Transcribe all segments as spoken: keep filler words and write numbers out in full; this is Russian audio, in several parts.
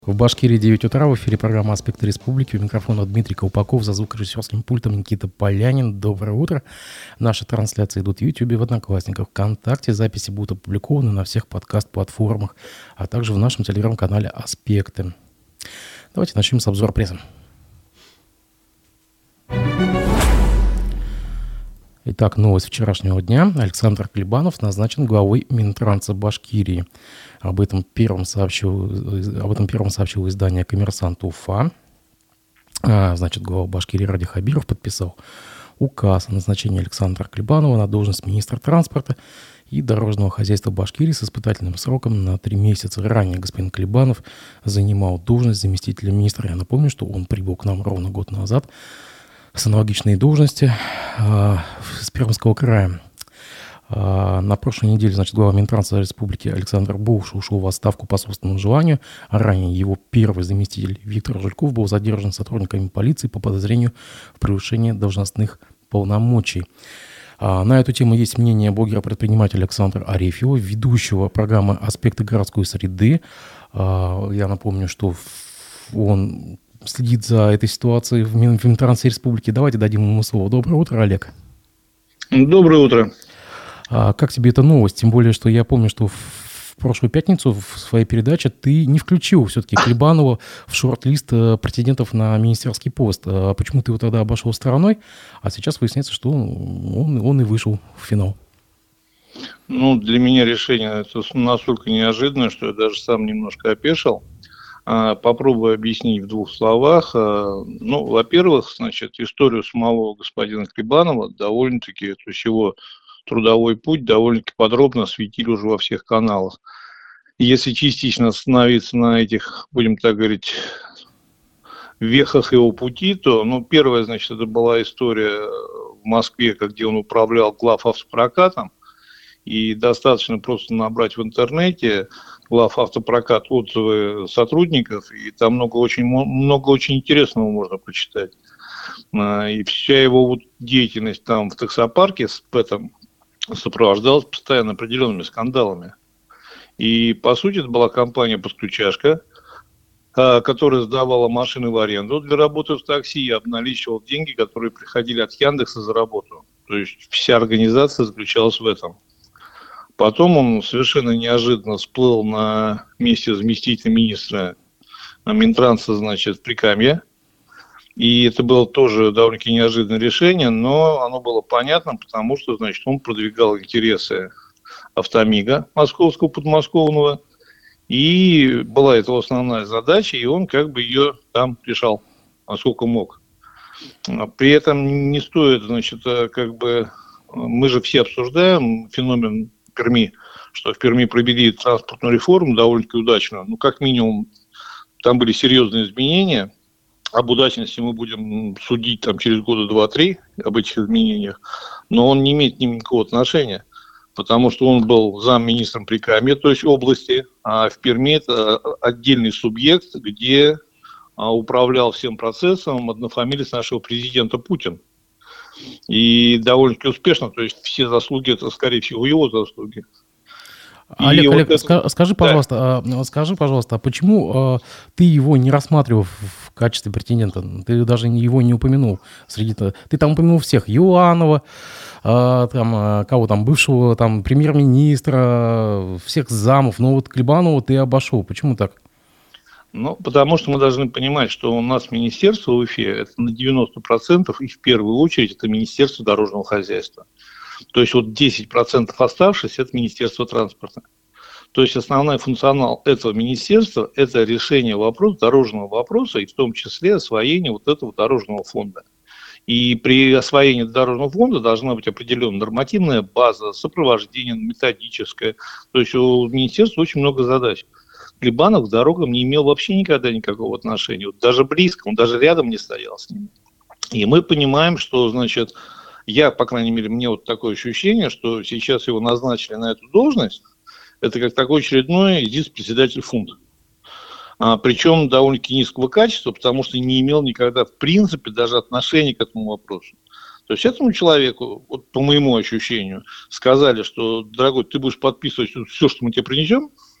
В Башкирии девять утра, в эфире программа «Аспекты республики». У микрофона Дмитрий Колпаков, за звукорежиссерским пультом Никита Полянин. Доброе утро. Наши трансляции идут в Ютубе, в Одноклассниках, ВКонтакте. Записи будут опубликованы на всех подкаст-платформах, а также в нашем телеграм-канале «Аспекты». Давайте начнем с обзора прессы. Итак, новость вчерашнего дня. Александр Клебанов назначен главой Минтранса Башкирии. Об этом первым сообщил, об этом первым сообщил издание «Коммерсант Уфа». А, значит, глава Башкирии Ради Хабиров подписал указ о назначении Александра Клебанова на должность министра транспорта и дорожного хозяйства Башкирии с испытательным сроком на три месяца. Ранее господин Клебанов занимал должность заместителя министра. Я напомню, что он прибыл к нам ровно год назад с аналогичной должности э, с Пермского края. Э, на прошлой неделе, значит, глава Минтранса Республики Александр Булш ушел в отставку по собственному желанию. А ранее его первый заместитель Виктор Жульков был задержан сотрудниками полиции по подозрению в превышении должностных полномочий. Э, на эту тему есть мнение блогера-предпринимателя Александра Арефьева, ведущего программы «Аспекты городской среды». Э, я напомню, что он следит за этой ситуацией в Минтрансе Республики. Давайте дадим ему слово. Доброе утро, Олег. Доброе утро. А как тебе эта новость? Тем более, что я помню, что в прошлую пятницу в своей передаче ты не включил все-таки Клебанова в шорт-лист претендентов на министерский пост. А почему ты его тогда обошел стороной? А сейчас выясняется, что он, он и вышел в финал. Ну, для меня решение это настолько неожиданное, что я даже сам немножко опешил. Попробую объяснить в двух словах. Ну, во-первых, значит, историю самого господина Клебанова довольно-таки, то есть его трудовой путь довольно-таки подробно осветили уже во всех каналах. Если частично остановиться на этих, будем так говорить, вехах его пути, то, ну, первое, значит, это была история в Москве, где он управлял глававтопрокатом, и достаточно просто набрать в интернете глававтопрокат отзывы сотрудников, и там много очень, много очень интересного можно почитать. И вся его вот деятельность там в таксопарке с Пэтом сопровождалась постоянно определенными скандалами. И, по сути, это была компания «Подключашка», которая сдавала машины в аренду для работы в такси и обналичивала деньги, которые приходили от Яндекса за работу. То есть вся организация заключалась в этом. Потом он совершенно неожиданно всплыл на месте заместителя министра Минтранса, значит, в Прикамье. И это было тоже довольно-таки неожиданное решение, но оно было понятно, потому что, значит, он продвигал интересы Автомига московского, подмосковного. И была это основная задача, и он как бы ее там решал, насколько мог. При этом не стоит, значит, как бы... Мы же все обсуждаем феномен Перми, что в Перми провели транспортную реформу довольно-таки удачно. Ну, как минимум, там были серьезные изменения. Об удачности мы будем судить там через года два-три, об этих изменениях. Но он не имеет к ним никакого отношения, потому что он был замминистром Прикамья, то есть области, а в Перми это отдельный субъект, где управлял всем процессом однофамилец нашего президента Путин. И довольно-таки успешно, то есть все заслуги, это, скорее всего, его заслуги. Олег, вот Олег это... ска- скажи, пожалуйста, да. а, скажи, пожалуйста, а почему а, ты его не рассматривал в качестве претендента? Ты даже его не упомянул среди... Ты там упомянул всех. Юланова, а, там, а, кого там, бывшего там премьер-министра, всех замов, но вот Клебанова ты обошел. Почему так? Ну, потому что мы должны понимать, что у нас министерство в Уфе, это на девяносто процентов, и в первую очередь это Министерство дорожного хозяйства. То есть вот десять процентов оставшихся – это Министерство транспорта. То есть основной функционал этого министерства – это решение вопроса, дорожного вопроса, и в том числе освоение вот этого дорожного фонда. И при освоении дорожного фонда должна быть определенная нормативная база, сопровождение методическое. То есть у министерства очень много задач. Клебанов к дорогам не имел вообще никогда никакого отношения. Вот даже близко, он даже рядом не стоял с ними. И мы понимаем, что, значит, я, по крайней мере, мне вот такое ощущение, что сейчас его назначили на эту должность, это как такой очередной вице-председатель фонда. А, причем довольно-таки низкого качества, потому что не имел никогда, в принципе, даже отношения к этому вопросу. То есть этому человеку, вот по моему ощущению, сказали, что, дорогой, ты будешь подписывать все, что мы тебе принесем,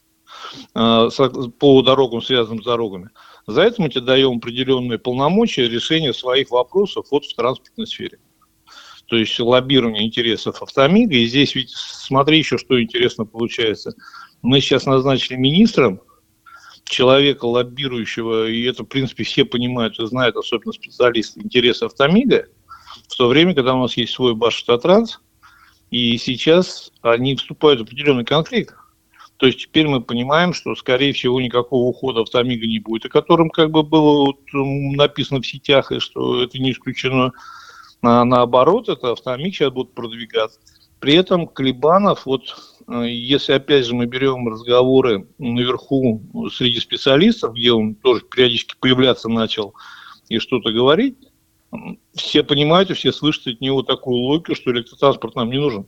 по дорогам, связанным с дорогами. За это мы тебе даем определенные полномочия решения своих вопросов вот в транспортной сфере. То есть лоббирование интересов Автомига. И здесь ведь смотри еще, что интересно получается. Мы сейчас назначили министром человека, лоббирующего, и это, в принципе, все понимают и знают, особенно специалисты, интересы Автомига, в то время, когда у нас есть свой Башавтотранс, и сейчас они вступают в определенный конфликт. То есть теперь мы понимаем, что, скорее всего, никакого ухода Автомига не будет, о котором как бы было вот написано в сетях, и что это не исключено. А наоборот, это Автомиг сейчас будет продвигаться. При этом Клебанов, вот если опять же мы берем разговоры наверху среди специалистов, где он тоже периодически появляться начал и что-то говорить, все понимают и все слышат от него такую логику, что электротранспорт нам не нужен,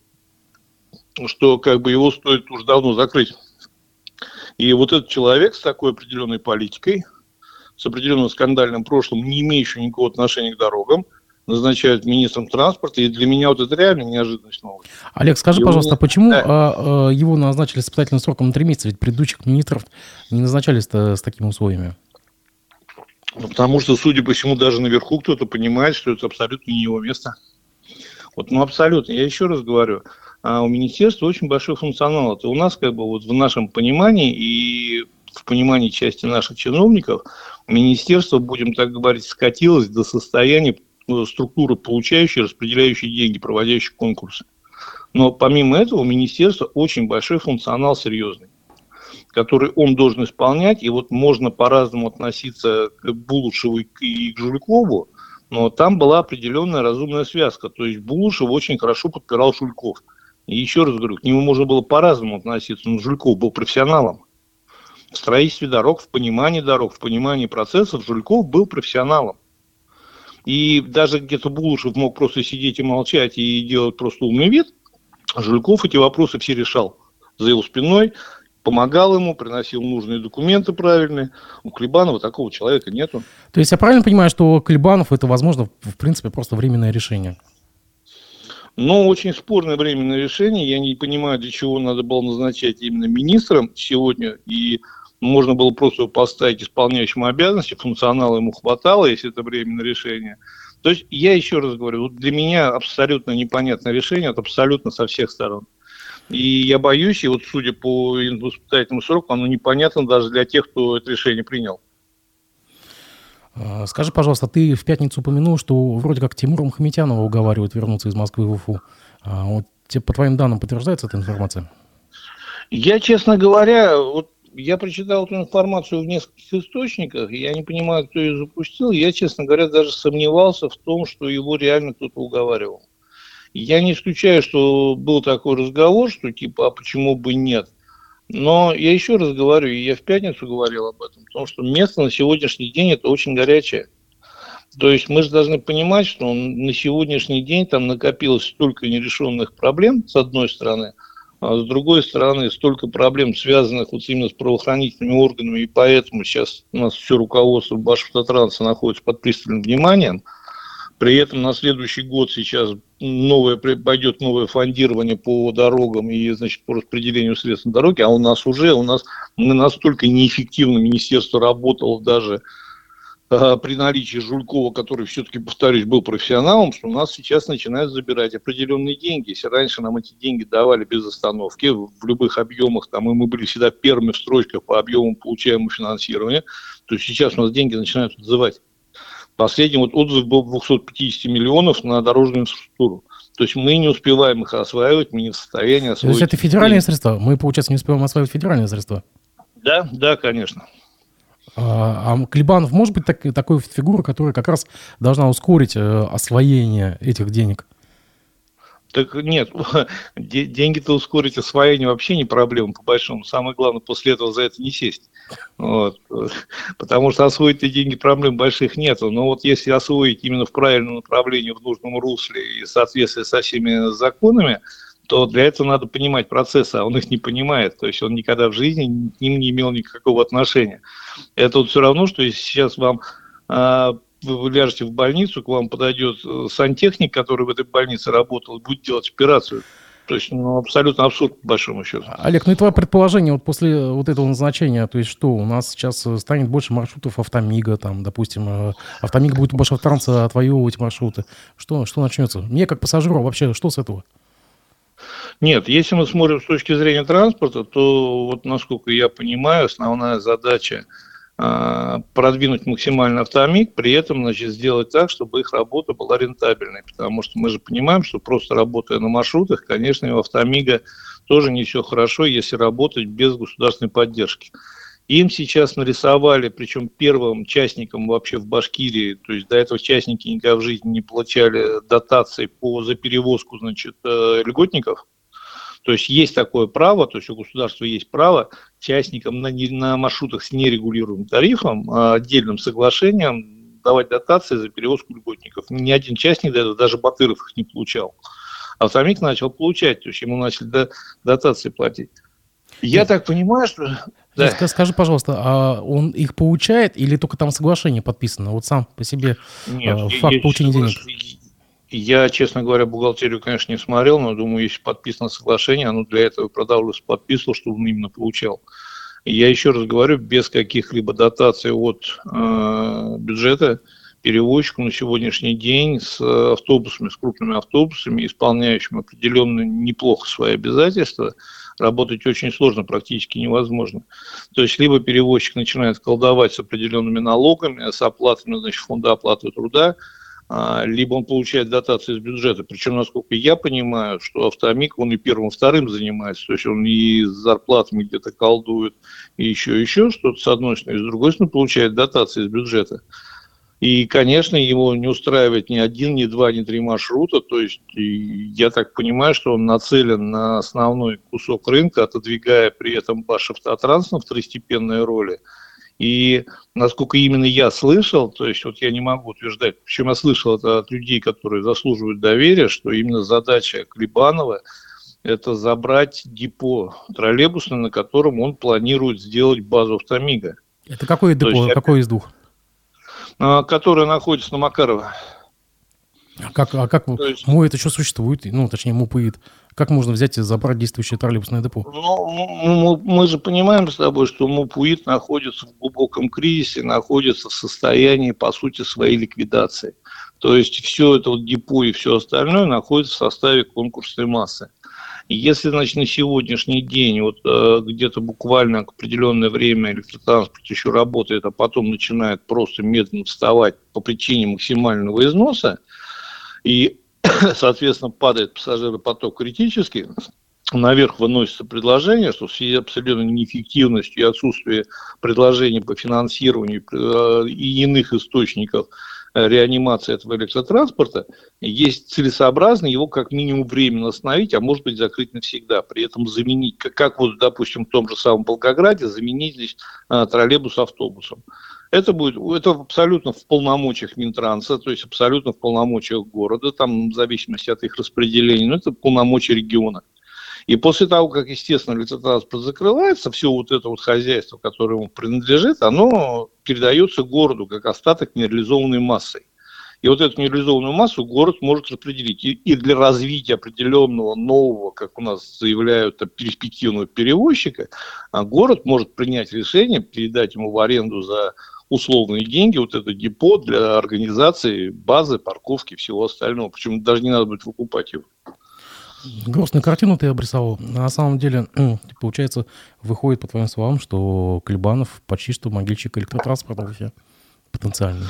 что как бы его стоит уже давно закрыть. И вот этот человек с такой определенной политикой, с определенным скандальным прошлым, не имеющим никакого отношения к дорогам, назначают министром транспорта, и для меня вот это реально неожиданность новая. Олег, скажи, и пожалуйста, он... почему да. а, а, его назначили с испытательным сроком на три месяца, ведь предыдущих министров не назначались с такими условиями? Ну, потому что, судя по всему, даже наверху кто-то понимает, что это абсолютно не его место. Вот, ну, абсолютно. Я еще раз говорю, а у министерства очень большой функционал. Это у нас, как бы, вот в нашем понимании и в понимании части наших чиновников, министерство, будем так говорить, скатилось до состояния структуры, получающей, распределяющей деньги, проводящей конкурсы. Но помимо этого у министерства очень большой функционал серьезный, который он должен исполнять. И вот можно по-разному относиться к Булушеву и к Жулькову, но там была определенная разумная связка. То есть Булушев очень хорошо подпирал Жульков. И еще раз говорю, к нему можно было по-разному относиться, но Жульков был профессионалом. В строительстве дорог, в понимании дорог, в понимании процессов Жульков был профессионалом. И даже где-то Булушев мог просто сидеть и молчать и делать просто умный вид, Жульков эти вопросы все решал за его спиной, помогал ему, приносил нужные документы правильные. У Клебанова такого человека нету. То есть я правильно понимаю, что Клебанов это, возможно, в принципе, просто временное решение? Ну, очень спорное временное решение. Я не понимаю, для чего надо было назначать именно министром сегодня. И можно было просто поставить исполняющему обязанности, функционала ему хватало, если это временное решение. То есть, я еще раз говорю, вот для меня абсолютно непонятное решение, это абсолютно со всех сторон. И я боюсь, и вот судя по испытательному сроку, оно непонятно даже для тех, кто это решение принял. Скажи, пожалуйста, ты в пятницу упомянул, что вроде как Тимура Мухаметянова уговаривают вернуться из Москвы в Уфу. Вот, по твоим данным подтверждается эта информация? Я, честно говоря, вот я прочитал эту информацию в нескольких источниках, и я не понимаю, кто ее запустил. Я, честно говоря, даже сомневался в том, что его реально кто-то уговаривал. Я не исключаю, что был такой разговор, что типа, а почему бы нет. Но я еще раз говорю, и я в пятницу говорил об этом, потому что место на сегодняшний день это очень горячее. То есть мы же должны понимать, что на сегодняшний день там накопилось столько нерешенных проблем, с одной стороны, а с другой стороны, столько проблем, связанных вот именно с правоохранительными органами, и поэтому сейчас у нас все руководство Башавтотранса находится под пристальным вниманием. При этом на следующий год сейчас новое, пойдет новое фондирование по дорогам и, значит, по распределению средств на дороге, а у нас уже, у нас мы настолько неэффективно министерство работало даже при наличии Жулькова, который все-таки, повторюсь, был профессионалом, что у нас сейчас начинают забирать определенные деньги. Если раньше нам эти деньги давали без остановки, в любых объемах, там, и мы были всегда первыми в строчках по объемам получаемого финансирования, то сейчас у нас деньги начинают отзывать. Последний вот отзыв был двести пятьдесят миллионов на дорожную инфраструктуру. То есть мы не успеваем их осваивать, мы не в состоянии освоить. То есть это федеральные средства? Мы, получается, не успеваем осваивать федеральные средства? Да, да, конечно. А, а Клебанов может быть так, такой фигурой, которая как раз должна ускорить э, освоение этих денег? Так нет, деньги-то ускорить освоение вообще не проблема, по большому. Самое главное, после этого за это не сесть. Вот. Потому что освоить-то деньги проблем больших нету. Но вот если освоить именно в правильном направлении, в нужном русле и в соответствии со всеми законами, то для этого надо понимать процессы, а он их не понимает. То есть он никогда в жизни к ним не имел никакого отношения. Это вот все равно, что если сейчас вам... вы ляжете в больницу, к вам подойдет сантехник, который в этой больнице работал, и будет делать операцию. То есть, ну, абсолютно абсурд, по большому счету. Олег, ну и твое предположение вот после вот этого назначения, то есть что, у нас сейчас станет больше маршрутов Автомига, там, допустим, Автомиг будет у Башавтранса отвоевывать маршруты. Что, что начнется? Мне, как пассажиру, вообще, что с этого? Нет, если мы смотрим с точки зрения транспорта, то, вот насколько я понимаю, основная задача продвинуть максимально Автомиг, при этом, значит, сделать так, чтобы их работа была рентабельной, потому что мы же понимаем, что просто работая на маршрутах, конечно, и у Автомига тоже не все хорошо, если работать без государственной поддержки. Им сейчас нарисовали, причем первым частникам вообще в Башкирии, то есть до этого частники никогда в жизни не получали дотации по, за перевозку, значит, льготников. То есть есть такое право, то есть у государства есть право частникам на, не, на маршрутах с нерегулируемым тарифом, а отдельным соглашением давать дотации за перевозку льготников. Ни один частник, даже Батыров их не получал. Автомиг начал получать, то есть ему начали до, дотации платить. Я Нет. так понимаю, что... Да. Скажи, пожалуйста, а он их получает или только там соглашение подписано? Вот сам по себе Нет, факт получения денег. Я, честно говоря, бухгалтерию, конечно, не смотрел, но думаю, если подписано соглашение, оно для этого продавливалось, подписывал, чтобы он именно получал. И я еще раз говорю, без каких-либо дотаций от э, бюджета перевозчику на сегодняшний день с автобусами, с крупными автобусами, исполняющими определенно неплохо свои обязательства, работать очень сложно, практически невозможно. То есть, либо перевозчик начинает колдовать с определенными налогами, с оплатами, значит, фонда оплаты труда, либо он получает дотации из бюджета. Причем, насколько я понимаю, что Автомиг, он и первым, и вторым занимается. То есть он и с зарплатами где-то колдует, и еще, еще что-то с одной стороны, и с другой стороны получает дотации из бюджета. И, конечно, его не устраивает ни один, ни два, ни три маршрута. То есть я так понимаю, что он нацелен на основной кусок рынка, отодвигая при этом Башавтотранс на второстепенные роли. И насколько именно я слышал, то есть вот я не могу утверждать, причем я слышал это от людей, которые заслуживают доверия, что именно задача Клебанова – это забрать депо троллейбусное, на котором он планирует сделать базу Автомига. Это какое депо, есть, какое из двух? Которое находится на Макарова. А как, а как есть... МУЭТ еще существует, ну, точнее, МУПИИТ. Как можно взять и забрать действующее троллейбусное депо? Ну, мы же понимаем с тобой, что МУПИИТ находится в глубоком кризисе, находится в состоянии, по сути, своей ликвидации. То есть все это вот депо и все остальное находится в составе конкурсной массы. И если, значит, на сегодняшний день вот э, где-то буквально определенное время электротранспорт еще работает, а потом начинает просто медленно вставать по причине максимального износа, и, соответственно, падает пассажиропоток критически, наверх выносится предложение, что в связи с абсолютной неэффективностью и отсутствием предложений по финансированию и иных источников реанимации этого электротранспорта, есть целесообразно его как минимум временно остановить, а может быть закрыть навсегда. При этом заменить, как, как вот, допустим, в том же самом Волгограде, заменить здесь а, троллейбус автобусом. Это будет, это абсолютно в полномочиях Минтранса, то есть абсолютно в полномочиях города, там в зависимости от их распределения, но это полномочия региона. И после того, как, естественно, электротранспорт закрывается, все вот это вот хозяйство, которое ему принадлежит, оно передается городу как остаток нереализованной массы. И вот эту нереализованную массу город может распределить. И, и для развития определенного нового, как у нас заявляют, перспективного перевозчика, город может принять решение, передать ему в аренду за условные деньги вот это депо для организации базы, парковки и всего остального. Причем даже не надо будет выкупать его. Грустную картину ты обрисовал. На самом деле, получается, выходит, по твоим словам, что Клебанов почти что могильщик электротранспорта вообще потенциальный.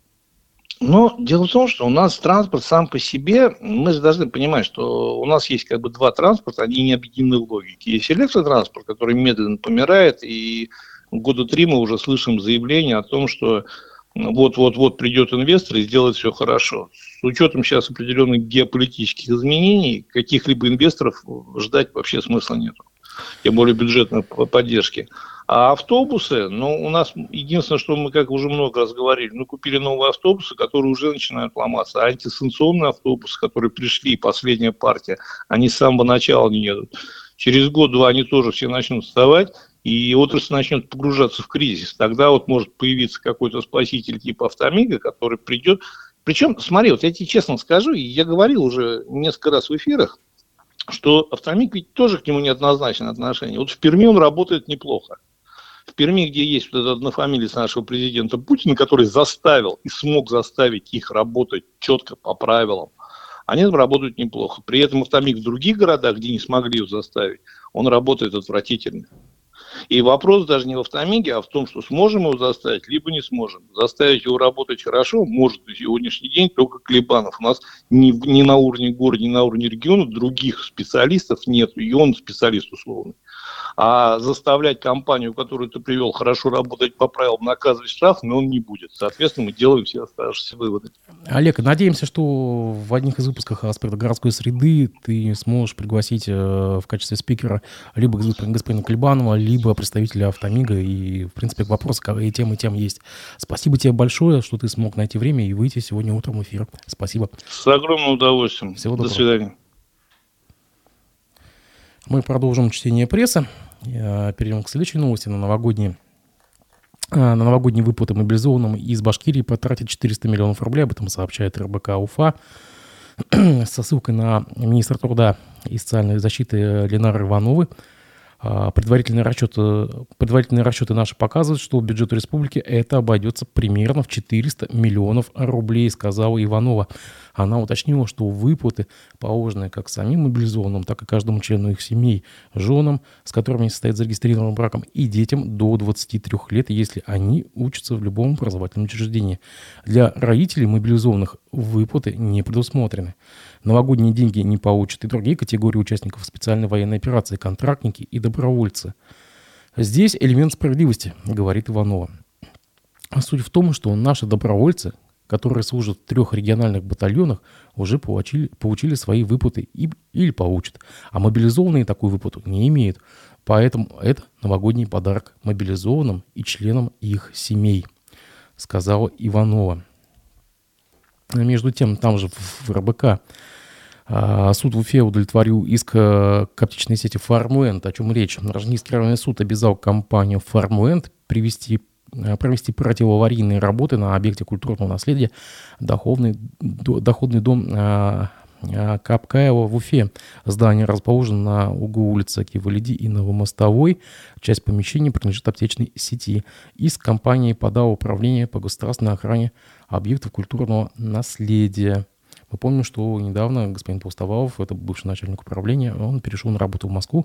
Но дело в том, что у нас транспорт сам по себе, мы же должны понимать, что у нас есть как бы два транспорта, они не объединены в логике. Есть электротранспорт, который медленно помирает, и года три мы уже слышим заявление о том, что вот-вот-вот придет инвестор и сделает все хорошо. С учетом сейчас определенных геополитических изменений, каких-либо инвесторов ждать вообще смысла нету. Тем более бюджетной поддержки. А автобусы, ну, у нас единственное, что мы, как уже много раз говорили, мы купили новые автобусы, которые уже начинают ломаться. А антисанкционные автобусы, которые пришли, последняя партия, они с самого начала не едут. Через год-два они тоже все начнут вставать, и отрасль начнет погружаться в кризис. Тогда вот может появиться какой-то спаситель типа Автомига, который придет. Причем, смотри, вот я тебе честно скажу, и я говорил уже несколько раз в эфирах, что автомиг ведь тоже к нему неоднозначное отношение. Вот в Перми он работает неплохо. В Перми, где есть вот этот однофамилец нашего президента Путина, который заставил и смог заставить их работать четко по правилам, они там работают неплохо. При этом автомиг в других городах, где не смогли его заставить, он работает отвратительно. И вопрос даже не в автомиге, а в том, что сможем его заставить, либо не сможем. Заставить его работать хорошо может на сегодняшний день только Клебанов. У нас ни, ни на уровне города, ни на уровне региона других специалистов нет, и он специалист условный. А заставлять компанию, которую ты привел, хорошо работать по правилам, наказывать штрафами, он не будет. Соответственно, мы делаем все оставшиеся выводы. Олег, надеемся, что в одних из выпусков «Аспекта городской среды» ты сможешь пригласить в качестве спикера либо господина Клебанова, либо представителя автомига. И, в принципе, вопросы и тем, и тем есть. Спасибо тебе большое, что ты смог найти время и выйти сегодня утром в эфир. Спасибо. С огромным удовольствием. Всего доброго. До свидания. Мы продолжим чтение прессы. Перейдем к следующей новости. На новогодние, на новогодние выплаты мобилизованным из Башкирии потратят четыреста миллионов рублей. Об этом сообщает РБК Уфа. Со ссылкой на министра труда и социальной защиты Ленары Ивановой. Предварительные расчеты, предварительные расчеты наши показывают, что бюджету республики это обойдется примерно в четыреста миллионов рублей, сказала Иванова. Она уточнила, что выплаты положены как самим мобилизованным, так и каждому члену их семей, женам, с которыми они состоят зарегистрированным браком, и детям до двадцати трёх лет, если они учатся в любом образовательном учреждении. Для родителей мобилизованных выплаты не предусмотрены. Новогодние деньги не получат и другие категории участников специальной военной операции, контрактники и добровольцы. Здесь элемент справедливости, говорит Иванова. Суть в том, что наши добровольцы, которые служат в трех региональных батальонах, уже получили, получили свои выплаты и, или получат. А мобилизованные такую выплату не имеют. Поэтому это новогодний подарок мобилизованным и членам их семей, сказала Иванова. Между тем, там же в РБК суд в Уфе удовлетворил иск к аптечной сети «Фармленд». О чем речь? Рождественский районный суд обязал компанию «Фармленд» привести провести противоаварийные работы на объекте культурного наследия доходный, доходный дом Капкаева в Уфе. Здание расположено на углу улицы Кивалиди и Новомостовой. Часть помещения принадлежит аптечной сети. Иск компании подал управление по государственной охране объектов культурного наследия. Мы помним, что недавно господин Толстовалов, это бывший начальник управления, он перешел на работу в Москву.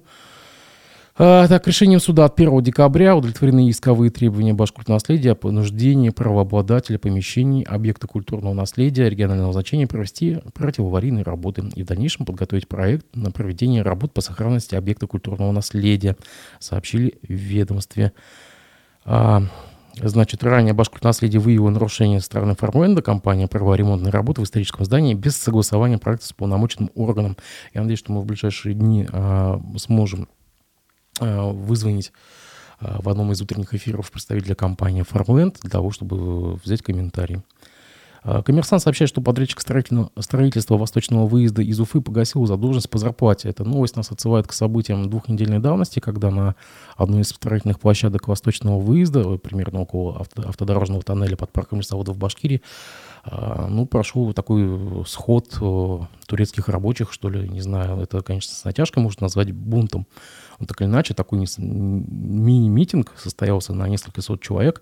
А, так, решением суда от первого декабря удовлетворены исковые требования Башкортнаследия о понуждении правообладателя помещений объекта культурного наследия регионального значения провести противоаварийные работы и в дальнейшем подготовить проект на проведение работ по сохранности объекта культурного наследия, сообщили в ведомстве. А, значит, ранее Башкортнаследие выявило нарушение со стороны Фармленда. Компания провела ремонтные работы в историческом здании без согласования проекта с полномоченным органом. Я надеюсь, что мы в ближайшие дни а, сможем вызвонить в одном из утренних эфиров представителя компании «Фармленд» для того, чтобы взять комментарий. Коммерсант сообщает, что подрядчик строительства восточного выезда из Уфы погасил задолженность по зарплате. Эта новость нас отсылает к событиям двухнедельной давности, когда на одной из строительных площадок восточного выезда, примерно около автодорожного тоннеля под парком лесоводов в Башкирии, ну, прошел такой сход турецких рабочих, что ли, не знаю, это, конечно, с натяжкой можно назвать бунтом. Но так или иначе, такой мини-митинг состоялся на несколько сот человек.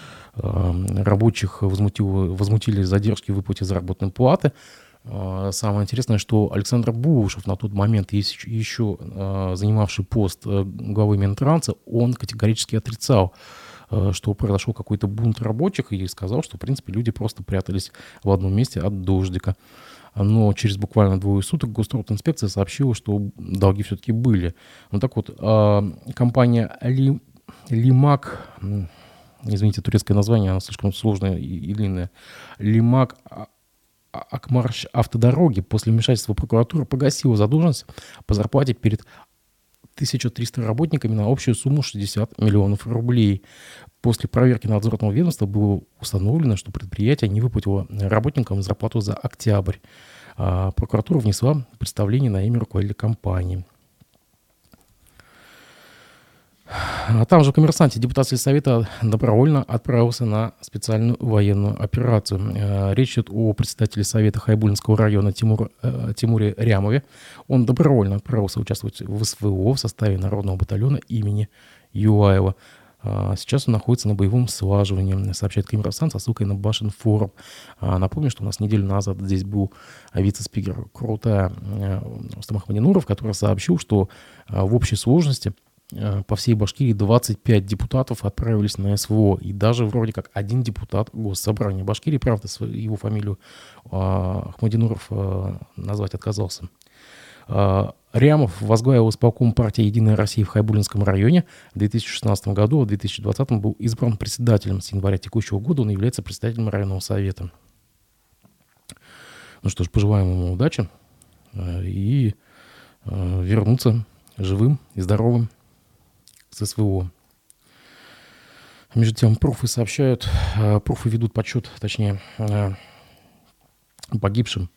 Рабочих возмутил, возмутили задержки в выплате заработной платы. Самое интересное, что Александр Булушев, на тот момент еще занимавший пост главы Минтранса, он категорически отрицал, что произошел какой-то бунт рабочих, и сказал, что, в принципе, люди просто прятались в одном месте от дождика. Но через буквально двое суток Гострудинспекция сообщила, что долги все-таки были. Ну так вот, компания Ли, Лимак, извините, турецкое название, оно слишком сложное и длинное, Лимак Акмарш Автодороги после вмешательства прокуратуры погасила задолженность по зарплате перед тысяча триста работниками на общую сумму шестьдесят миллионов рублей. После проверки надзорного ведомства было установлено, что предприятие не выплатило работникам зарплату за октябрь. А прокуратура внесла представление на имя руководителя компании. А там же в «Коммерсанте» депутат сельсовета добровольно отправился на специальную военную операцию. Речь идет о председателе Совета Хайбулинского района Тимур, Тимуре Рямове. Он добровольно отправился участвовать в СВО в составе Народного батальона имени Юаева. Сейчас он находится на боевом слаживании, сообщает «Коммерсант» со ссылкой на Башинформ. Напомню, что у нас неделю назад здесь был вице-спикер Крутая Рустам Ахмадинуров, который сообщил, что в общей сложности по всей Башкирии двадцать пять депутатов отправились на СВО. И даже вроде как один депутат Госсобрания Башкирии, правда, его фамилию Ахмадинуров назвать отказался. Рямов возглавил исполком партии «Единая Россия» в Хайбулинском районе в две тысячи шестнадцатом году, а в две тысячи двадцатом был избран председателем. С января текущего года он является председателем районного совета. Ну что ж, пожелаем ему удачи и вернуться живым и здоровым с СВО. Между тем, профы сообщают, профы ведут подсчет, точнее, погибшим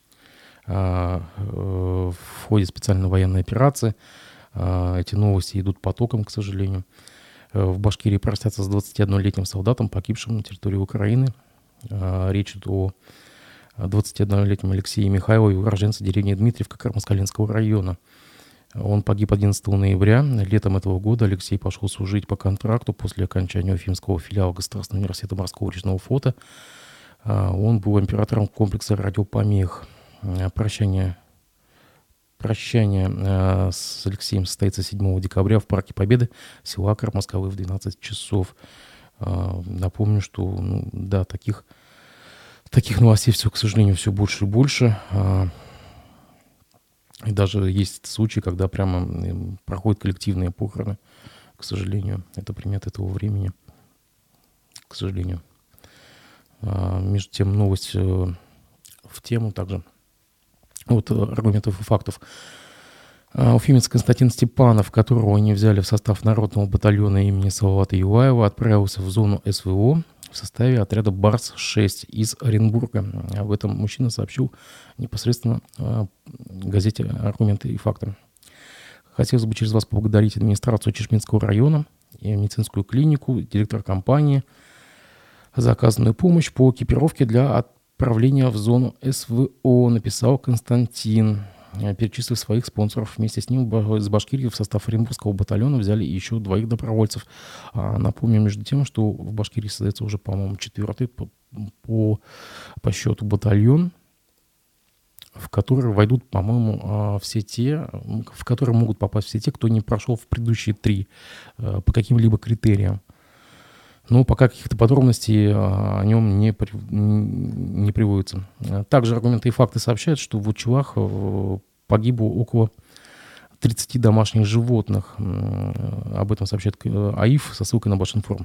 в ходе специальной военной операции. Эти новости идут потоком, к сожалению. В Башкирии простятся с двадцатиоднолетним солдатом, погибшим на территории Украины. Речь идет о двадцатиоднолетнем Алексее Михайлове, уроженце деревни Дмитриевка Кармаскалинского района. Он погиб одиннадцатого ноября. Летом этого года Алексей пошел служить по контракту после окончания Уфимского филиала Государственного университета морского речного флота. Он был оператором комплекса радиопомех. Прощание, прощание э, с Алексеем состоится седьмого декабря в Парке Победы, села Кармаскалы в двенадцать часов. Э, напомню, что ну, да, таких, таких новостей все, к сожалению, все больше и больше. Э, и даже есть случаи, когда прямо проходят коллективные похороны. К сожалению, это примета этого времени. К сожалению. Э, между тем, новость э, в тему также. Вот аргументов и фактов. Уфимец Константин Степанов, которого они взяли в состав Народного батальона имени Салавата Юлаева, отправился в зону СВО в составе отряда Барс-шесть из Оренбурга. Об этом мужчина сообщил непосредственно газете «Аргументы и факты». Хотелось бы через вас поблагодарить администрацию Чешминского района и медицинскую клинику, директора компании за оказанную помощь по экипировке для отправки. Отправление в зону СВО, написал Константин, перечислив своих спонсоров. Вместе с ним из Башкирии в состав Оренбургского батальона взяли еще двоих добровольцев. Напомню, между тем, что в Башкирии создается уже, по-моему, четвертый по, по, по счету батальон, в который войдут, по-моему, все те, в которые могут попасть все те, кто не прошел в предыдущие три по каким-либо критериям. Но пока каких-то подробностей о нем не, при, не приводятся. Также аргументы и факты сообщают, что в Учелах погибло около тридцати домашних животных. Об этом сообщает АИФ со ссылкой на Башинформ.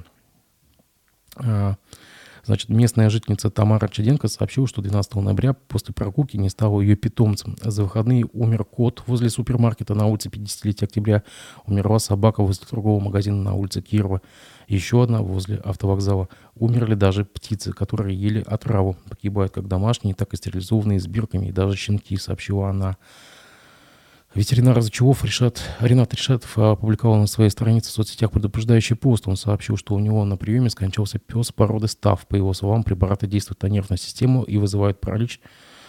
Значит, местная жительница Тамара Чаденко сообщила, что двенадцатого ноября после прогулки не стало ее питомцем. За выходные умер кот возле супермаркета на улице пятидесятилетия октября. Умерла собака возле другого магазина на улице Кирова. Еще одна возле автовокзала. Умерли даже птицы, которые ели отраву. Погибают как домашние, так и стерилизованные с бирками, и даже щенки, сообщила она. Ветеринар Зачелов Решат, Ренат Решатов опубликовал на своей странице в соцсетях предупреждающий пост. Он сообщил, что у него на приеме скончался пес породы стаф. По его словам, препараты действуют на нервную систему и вызывают паралич.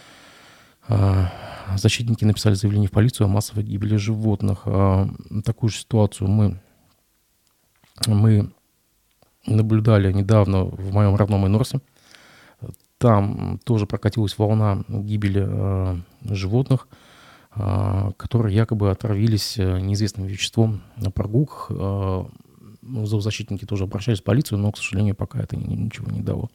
Защитники написали заявление в полицию о массовой гибели животных. Такую же ситуацию мы, мы наблюдали недавно в моем родном Инорсе. Там тоже прокатилась волна гибели животных, которые якобы отравились неизвестным веществом на прогулках. Зоозащитники тоже обращались в полицию, но, к сожалению, пока это ничего не дало.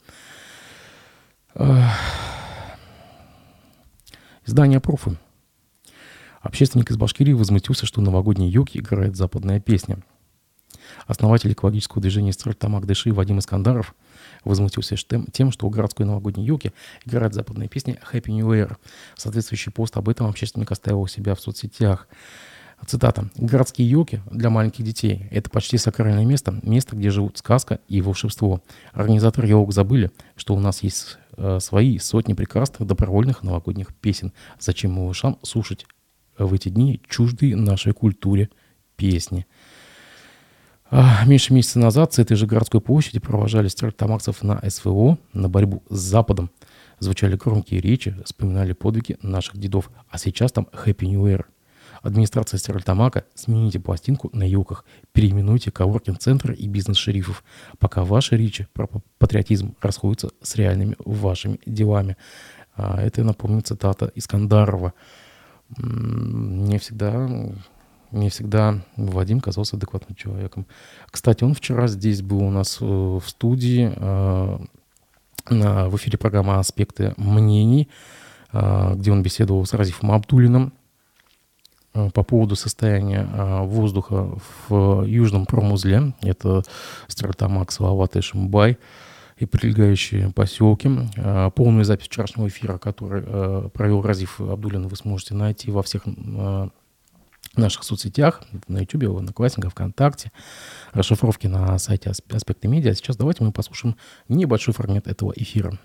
Издание «Профы». Общественник из Башкирии возмутился, что новогодние елки играет западная песня. Основатель экологического движения «Стартамак Дыши» Вадим Искандаров возмутился тем, что у городской новогодней елки играет западная песня «Happy New Year». Соответствующий пост об этом общественник оставил у себя в соцсетях. Цитата. «Городские елки для маленьких детей – это почти сакральное место, место, где живут сказка и волшебство. Организаторы елок забыли, что у нас есть э, свои сотни прекрасных добровольных новогодних песен. Зачем малышам слушать в эти дни чуждые нашей культуре песни?» Меньше месяца назад с этой же городской площади провожали стерлитамакцев на СВО, на борьбу с Западом. Звучали громкие речи, вспоминали подвиги наших дедов. А сейчас там Happy New Year. Администрация Стерлитамака, смените пластинку на елках, переименуйте коворкинг-центры и бизнес-шерифов, пока ваши речи про патриотизм расходятся с реальными вашими делами. Это, напомню, цитата Искандарова. Мне всегда... Мне всегда Вадим казался адекватным человеком. Кстати, он вчера здесь был у нас в студии, в эфире программы «Аспекты мнений», где он беседовал с Разифом Абдуллиным по поводу состояния воздуха в Южном промузле. Это Стерлитамак, Салават и Шимбай и прилегающие поселки. Полную запись вчерашнего эфира, который провел Разиф Абдуллин, вы сможете найти во всех в наших соцсетях, на Ютубе, в Одноклассниках, ВКонтакте, расшифровки на сайте «Аспекты медиа». Сейчас давайте мы послушаем небольшой фрагмент этого эфира.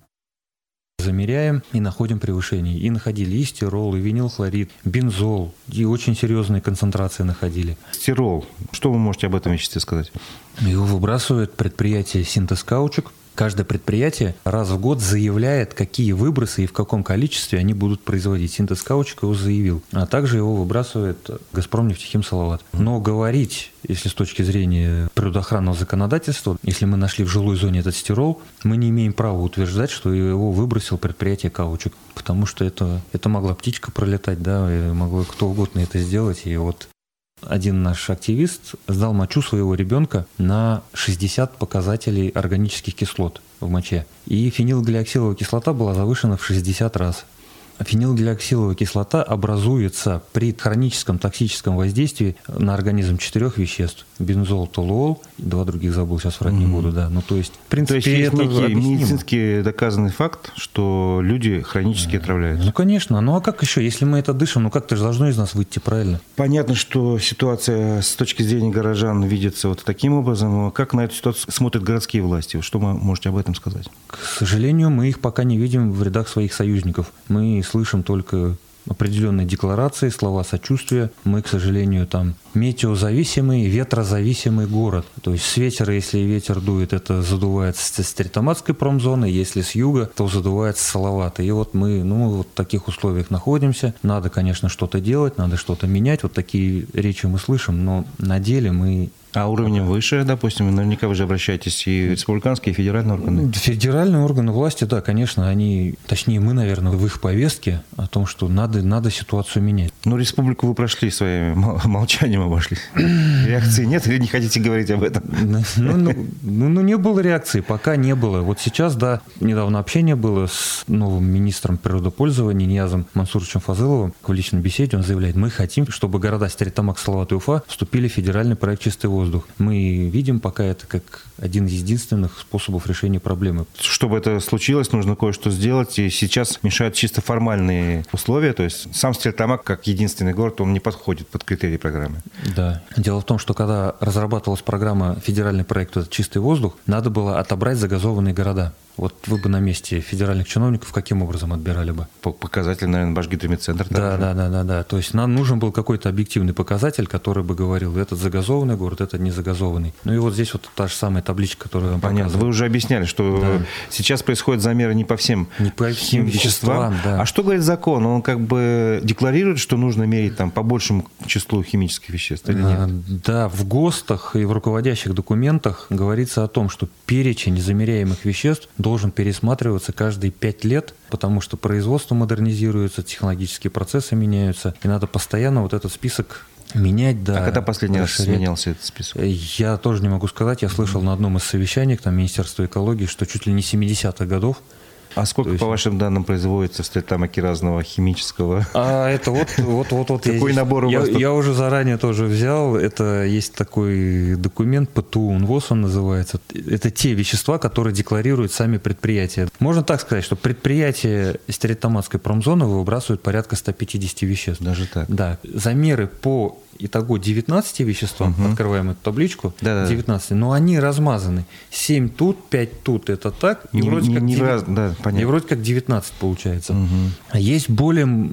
Замеряем и находим превышение. И находили и стирол, и винилхлорид, бензол, и очень серьезные концентрации находили. Стирол. Что вы можете об этом веществе сказать? Его выбрасывает предприятие «Синтез Каучук». Каждое предприятие раз в год заявляет, какие выбросы и в каком количестве они будут производить. «Синтез Каучук» его заявил. А также его выбрасывает «Газпром нефтехим Салават». Но говорить, если с точки зрения природоохранного законодательства, если мы нашли в жилой зоне этот стирол, мы не имеем права утверждать, что его выбросил предприятие «Каучук». Потому что это, это могла птичка пролетать, да, и могло кто угодно это сделать. И вот один наш активист сдал мочу своего ребенка на шестьдесят показателей органических кислот в моче. И фенилглиоксиловая кислота была завышена в шестьдесят раз. Фенилглиоксиловая кислота образуется при хроническом токсическом воздействии на организм четырех веществ. Бензол, толуол, два других забыл, сейчас врать mm-hmm. не буду, да. Ну, то есть, в принципе, то есть, это есть некий объяснимо. медицински доказанный факт, что люди хронически mm-hmm. отравляются. Ну, конечно. Ну, а как еще? Если мы это дышим, ну, как-то же должно из нас выйти правильно. Понятно, что ситуация с точки зрения горожан видится вот таким образом. Как на эту ситуацию смотрят городские власти? Что вы можете об этом сказать? К сожалению, мы их пока не видим в рядах своих союзников. Мы слышим только определенные декларации, слова сочувствия. Мы, к сожалению, там метеозависимый, ветрозависимый город. То есть с ветра, если ветер дует, это задувает с Стерлитамакской промзоны, если с юга, то задувает с Салавата. И вот мы, ну, мы вот в таких условиях находимся. Надо, конечно, что-то делать, надо что-то менять. Вот такие речи мы слышим, но на деле мы... А уровнем выше, допустим, наверняка вы же обращаетесь и республиканские, и федеральные органы? Федеральные органы власти, да, конечно, они, точнее мы, наверное, в их повестке о том, что надо, надо ситуацию менять. Ну, республику вы прошли своим молчанием, обошли. Реакции нет или не хотите говорить об этом? Ну, ну, ну, ну, не было реакции, пока не было. Вот сейчас, да, недавно общение было с новым министром природопользования Ниязом Мансуровичем Фазыловым. В личной беседе он заявляет: мы хотим, чтобы города Стерлитамак, Салават и Уфа вступили в федеральный проект «Чистый воздух». Мы видим пока это как один из единственных способов решения проблемы. Чтобы это случилось, нужно кое-что сделать. И сейчас мешают чисто формальные условия. То есть сам Стерлитамак, как единственный город, он не подходит под критерии программы. Да. Дело в том, что когда разрабатывалась программа «Федеральный проект «Чистый воздух», надо было отобрать загазованные города. Вот вы бы на месте федеральных чиновников каким образом отбирали бы? По показателю, наверное, Башгидромедцентр. Да, да, да, да, да. То есть нам нужен был какой-то объективный показатель, который бы говорил, этот загазованный город, этот не загазованный. Ну и вот здесь вот та же самая табличка, которую я вам Понятно. показывал. Вы уже объясняли, что да. сейчас происходят замеры не по всем не по всем веществам. Да. А что говорит закон? Он как бы декларирует, что нужно мерить там по большему числу химических веществ или нет? А, да, в ГОСТах и в руководящих документах говорится о том, что перечень замеряемых веществ должен пересматриваться каждые пять лет, потому что производство модернизируется, технологические процессы меняются, и надо постоянно вот этот список менять. Да, а когда последний раз сменялся этот список? Я тоже не могу сказать. Я слышал mm-hmm. на одном из совещаний там, Министерства экологии, что чуть ли не семидесятых годов. А сколько, есть, по вашим данным, производится в Стерлитамаке разного химического? А это вот, вот, вот, вот. Какой я, набор у вас я, тут? Я уже заранее тоже взял. Это есть такой документ, ПТУ УНВОС он называется. Это те вещества, которые декларируют сами предприятия. Можно так сказать, что предприятия Стерлитамакской промзоны выбрасывают порядка ста пятидесяти веществ. Даже так? Да. Замеры по итого девятнадцати веществам, угу. открываем эту табличку, да, девятнадцать, но они размазаны. семь тут, пять тут, это так, и, не, вроде, не, как не девять, раз, да, и вроде как девятнадцать получается. Угу. Есть более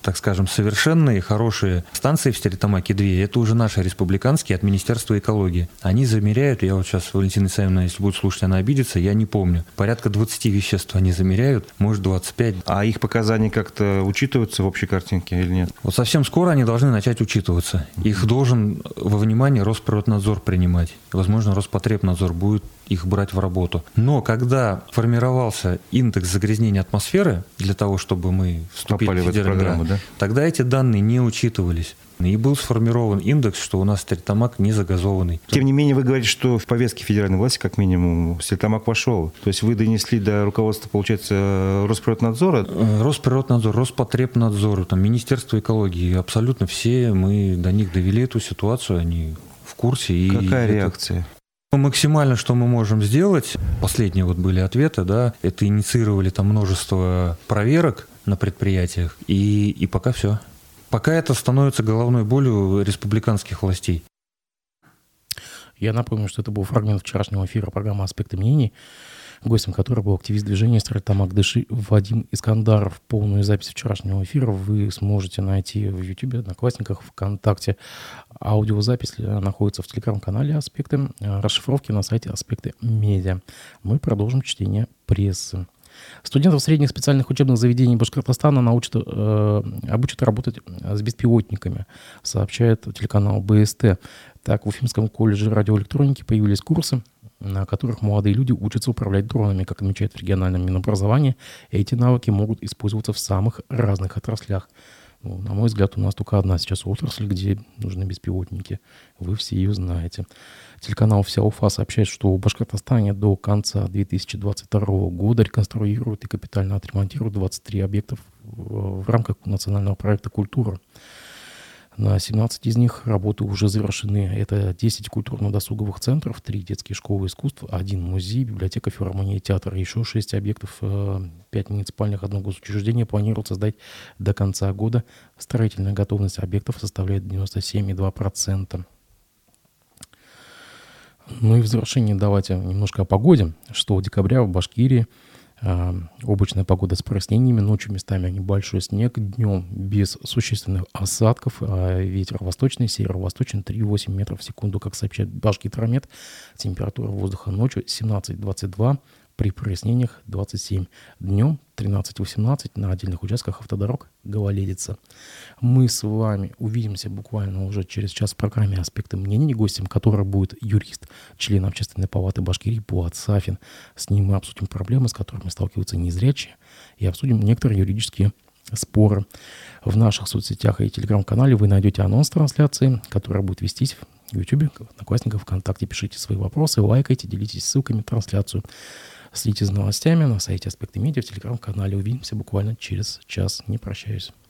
так скажем, совершенные, хорошие станции в Стерлитамаке две, это уже наши республиканские от Министерства экологии. Они замеряют, я вот сейчас, Валентина Исаевна, если будет слушать, она обидится, я не помню. Порядка двадцать веществ они замеряют, может двадцать пять. А их показания как-то учитываются в общей картинке или нет? Вот совсем скоро они должны начать учитываться. Их должен во внимание Росприроднадзор принимать. Возможно, Роспотребнадзор будет их брать в работу. Но когда формировался индекс загрязнения атмосферы, для того, чтобы мы вступили Попали в федеральную программу, да, тогда эти данные не учитывались. И был сформирован индекс, что у нас Стерлитамак не загазованный. Тем не менее, вы говорите, что в повестке федеральной власти, как минимум, Стерлитамак вошел. То есть вы донесли до руководства, получается, Росприроднадзора? Росприроднадзор, Роспотребнадзор, там, Министерство экологии, абсолютно все мы до них довели эту ситуацию, они в курсе. И какая это... реакция? Максимально, что мы можем сделать, последние вот были ответы, да, это инициировали там множество проверок на предприятиях, и, и пока все. Пока это становится головной болью республиканских властей. Я напомню, что это был фрагмент вчерашнего эфира программы «Аспекты мнений», гостем которой был активист движения «Стерлитамак Дыши» Вадим Искандаров. Полную запись вчерашнего эфира вы сможете найти в Ютубе, Одноклассниках, ВКонтакте. Аудиозапись находится в телеграм-канале «Аспекты», расшифровки на сайте «Аспекты Медиа». Мы продолжим чтение прессы. Студентов средних специальных учебных заведений Башкортостана научат, э, обучат работать с беспилотниками, сообщает телеканал бэ эс тэ. Так, в Уфимском колледже радиоэлектроники появились курсы, на которых молодые люди учатся управлять дронами. Как отмечает в региональном Минобразовании, эти навыки могут использоваться в самых разных отраслях. Ну, на мой взгляд, у нас только одна сейчас отрасль, где нужны беспилотники. Вы все ее знаете. Телеканал «Вся Уфа» сообщает, что в Башкортостане до конца две тысячи двадцать второго года реконструируют и капитально отремонтируют двадцать три объектов в рамках национального проекта «Культура». На семнадцать из них работы уже завершены. Это десять культурно-досуговых центров, три детские школы искусств, один музей, библиотека, филармония, театр, еще шесть объектов, пять муниципальных, одно госучреждение планируют создать до конца года. Строительная готовность объектов составляет девяносто семь целых два десятых процента. Ну и в завершении давайте немножко о погоде. шестого декабря в Башкирии э, облачная погода с прояснениями, ночью местами небольшой снег, днем без существенных осадков, а ветер восточный, северо-восточный три целых восемь метров в секунду, как сообщает Башгидромет. Температура воздуха ночью семнадцать двадцать два, при прояснениях двадцать семь, днем тринадцать восемнадцать, на отдельных участках автодорог гололедица. Мы с вами увидимся буквально уже через час в программе «Аспекты мнений», гостем которой будет юрист, член Общественной палаты Башкирии Пуат Сафин. С ним мы обсудим проблемы, с которыми сталкиваются незрячие, и обсудим некоторые юридические споры. В наших соцсетях и телеграм-канале вы найдете анонс трансляции, которая будет вестись в Ютубе, Одноклассниках, ВКонтакте. Пишите свои вопросы, лайкайте, делитесь ссылками в трансляцию. Следите за новостями на сайте «Аспекты Медиа», в телеграм-канале. Увидимся буквально через час. Не прощаюсь.